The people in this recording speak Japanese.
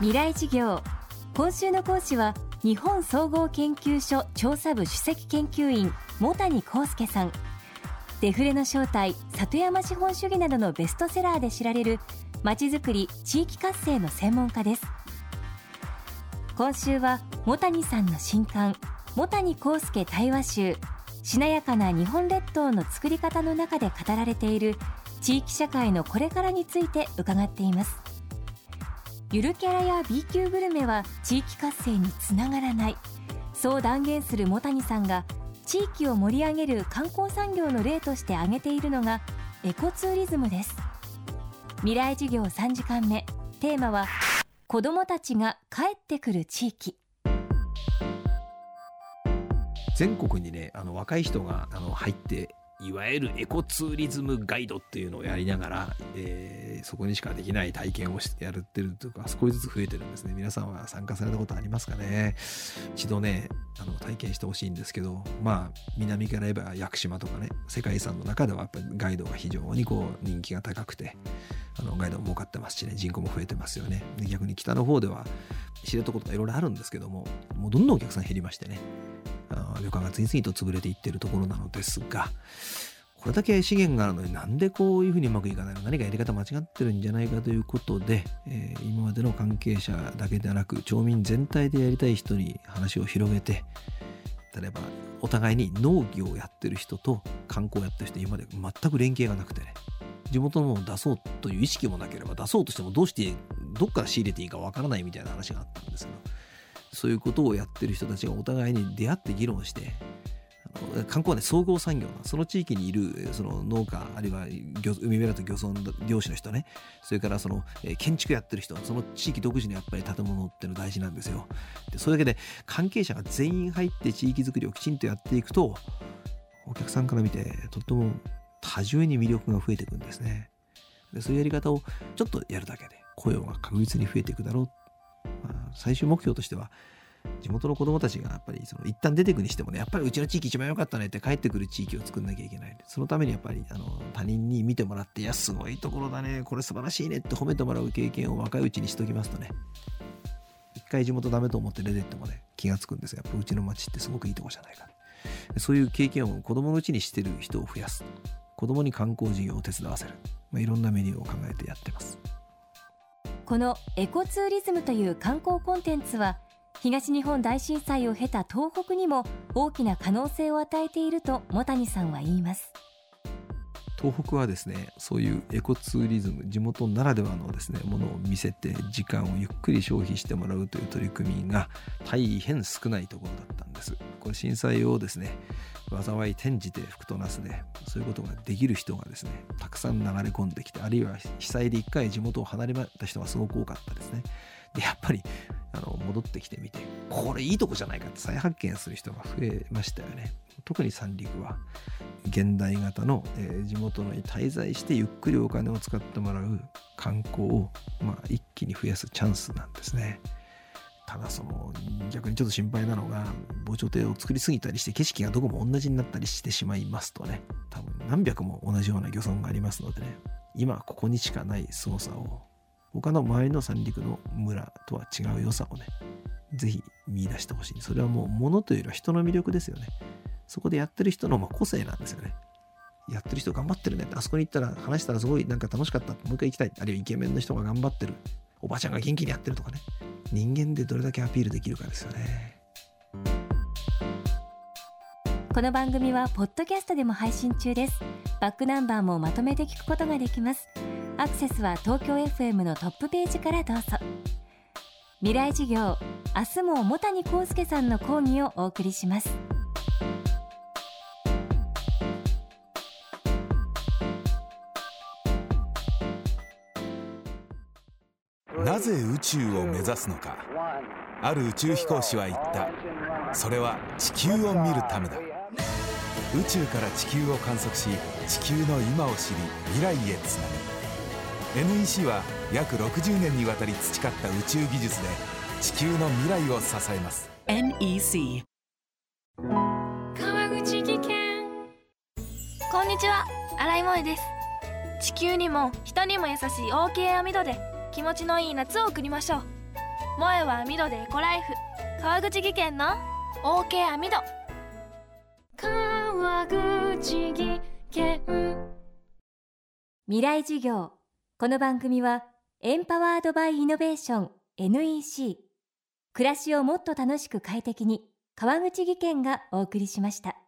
未来事業。今週の講師は日本総合研究所調査部首席研究員茂谷幸介さん。デフレの正体、里山資本主義などのベストセラーで知られるまちづくり地域活性の専門家です。今週は茂谷さんの新刊茂谷幸介対話集、しなやかな日本列島の作り方の中で語られている地域社会のこれからについて伺っています。ゆるキャラや B 級グルメは地域活性につながらない、そう断言する茂谷さんが地域を盛り上げる観光産業の例として挙げているのがエコツーリズムです。未来事業3時間目、テーマは子どもたちが帰ってくる地域。 全国にね、若い人が入って、いわゆるエコツーリズムガイドっていうのをやりながら、そこにしかできない体験をしてやってるというか、少しずつ増えてるんですね。皆さんは参加されたことありますかね。一度ね、体験してほしいんですけど、南から言えば屋久島とかね、世界遺産の中ではやっぱりガイドが非常に人気が高くて、ガイドも儲かってますしね、人口も増えてますよね。で、逆に北の方では知床とかいろいろあるんですけども、もうどんどんお客さん減りましてね、旅館が次々と潰れていっているところなのですが、これだけ資源があるのになんでこういうふうにうまくいかないの、何かやり方間違ってるんじゃないかということで、今までの関係者だけではなく町民全体でやりたい人に話を広げて、例えばお互いに農業をやってる人と観光をやってる人、今まで全く連携がなくてね、地元のものを出そうという意識もなければ、出そうとしてもどっから仕入れていいかわからないみたいな話があったんですけど、そういうことをやってる人たちがお互いに出会って議論して、観光はね、総合産業な、その地域にいるその農家、あるいは海辺だと漁村漁師の人ね、それから建築やってる人、その地域独自のやっぱり建物っていうの大事なんですよ。で、それだけで関係者が全員入って地域づくりをきちんとやっていくと、お客さんから見てとっても多重に魅力が増えていくんですね。で、そういうやり方をちょっとやるだけで雇用が確実に増えていくだろう。最終目標としては、地元の子どもたちがやっぱり一旦出ていくにしてもね、やっぱりうちの地域一番良かったねって帰ってくる地域を作んなきゃいけない。そのためにやっぱり他人に見てもらって、いやすごいところだね、これ素晴らしいねって褒めてもらう経験を若いうちにしときますとね、一回地元ダメと思って出てってもね、気がつくんですが、やっぱうちの町ってすごくいいとこじゃないか。そういう経験を子どものうちにしてる人を増やす、子どもに観光事業を手伝わせる、いろんなメニューを考えてやってます。 このエコツーリズムという観光コンテンツは、東日本大震災を経た東北にも大きな可能性を与えていると茂谷さんは言います。 東北はですね、そういうエコツーリズム、地元ならではのですね、ものを見せて時間をゆっくり消費してもらうという取り組みが大変少ないところだったんです。これ震災をですね、災い転じて福となすで、そういうことができる人がですね、たくさん流れ込んできて、あるいは被災で一回地元を離れた人がすごく多かったですね。で、やっぱり戻ってきてみて、これいいとこじゃないかって再発見する人が増えましたよね。特に三陸は現代型の、地元に滞在してゆっくりお金を使ってもらう観光を、一気に増やすチャンスなんですね。ただ逆にちょっと心配なのが、防潮堤を作りすぎたりして景色がどこも同じになったりしてしまいますとね、多分何百も同じような漁村がありますのでね、今ここにしかない凄さを、他の周りの三陸の村とは違う良さをね、ぜひ見出してほしい。それはもう物というよりは人の魅力ですよね。そこでやってる人の個性なんですよね。やってる人頑張ってるねって、あそこに行ったら話したらすごいなんか楽しかった、もう一回行きたい、あるいはイケメンの人が頑張ってる、おばちゃんが元気にやってるとかね、人間でどれだけアピールできるかですよね。 この番組はポッドキャストでも配信中です。バックナンバーもまとめて聞くことができます。アクセスは東京 FM のトップページからどうぞ。未来事業、明日も茂谷幸介さんの講義をお送りします。 なぜ宇宙を目指すのか。ある宇宙飛行士は言った。それは地球を見るためだ。宇宙から地球を観測し、地球の今を知り未来へつなぐ。 NEC は約60年にわたり培った宇宙技術で地球の未来を支えます。 NEC。 川口技研。こんにちは、新井萌です。地球にも人にも優しい OK 網戸で気持ちのいい夏を送りましょう。 萌えは網戸でエコライフ、川口技研の OK 網戸。川口技研。 未来授業。この番組はエンパワードバイイノベーション NEC、 暮らしをもっと楽しく快適に、川口技研がお送りしました。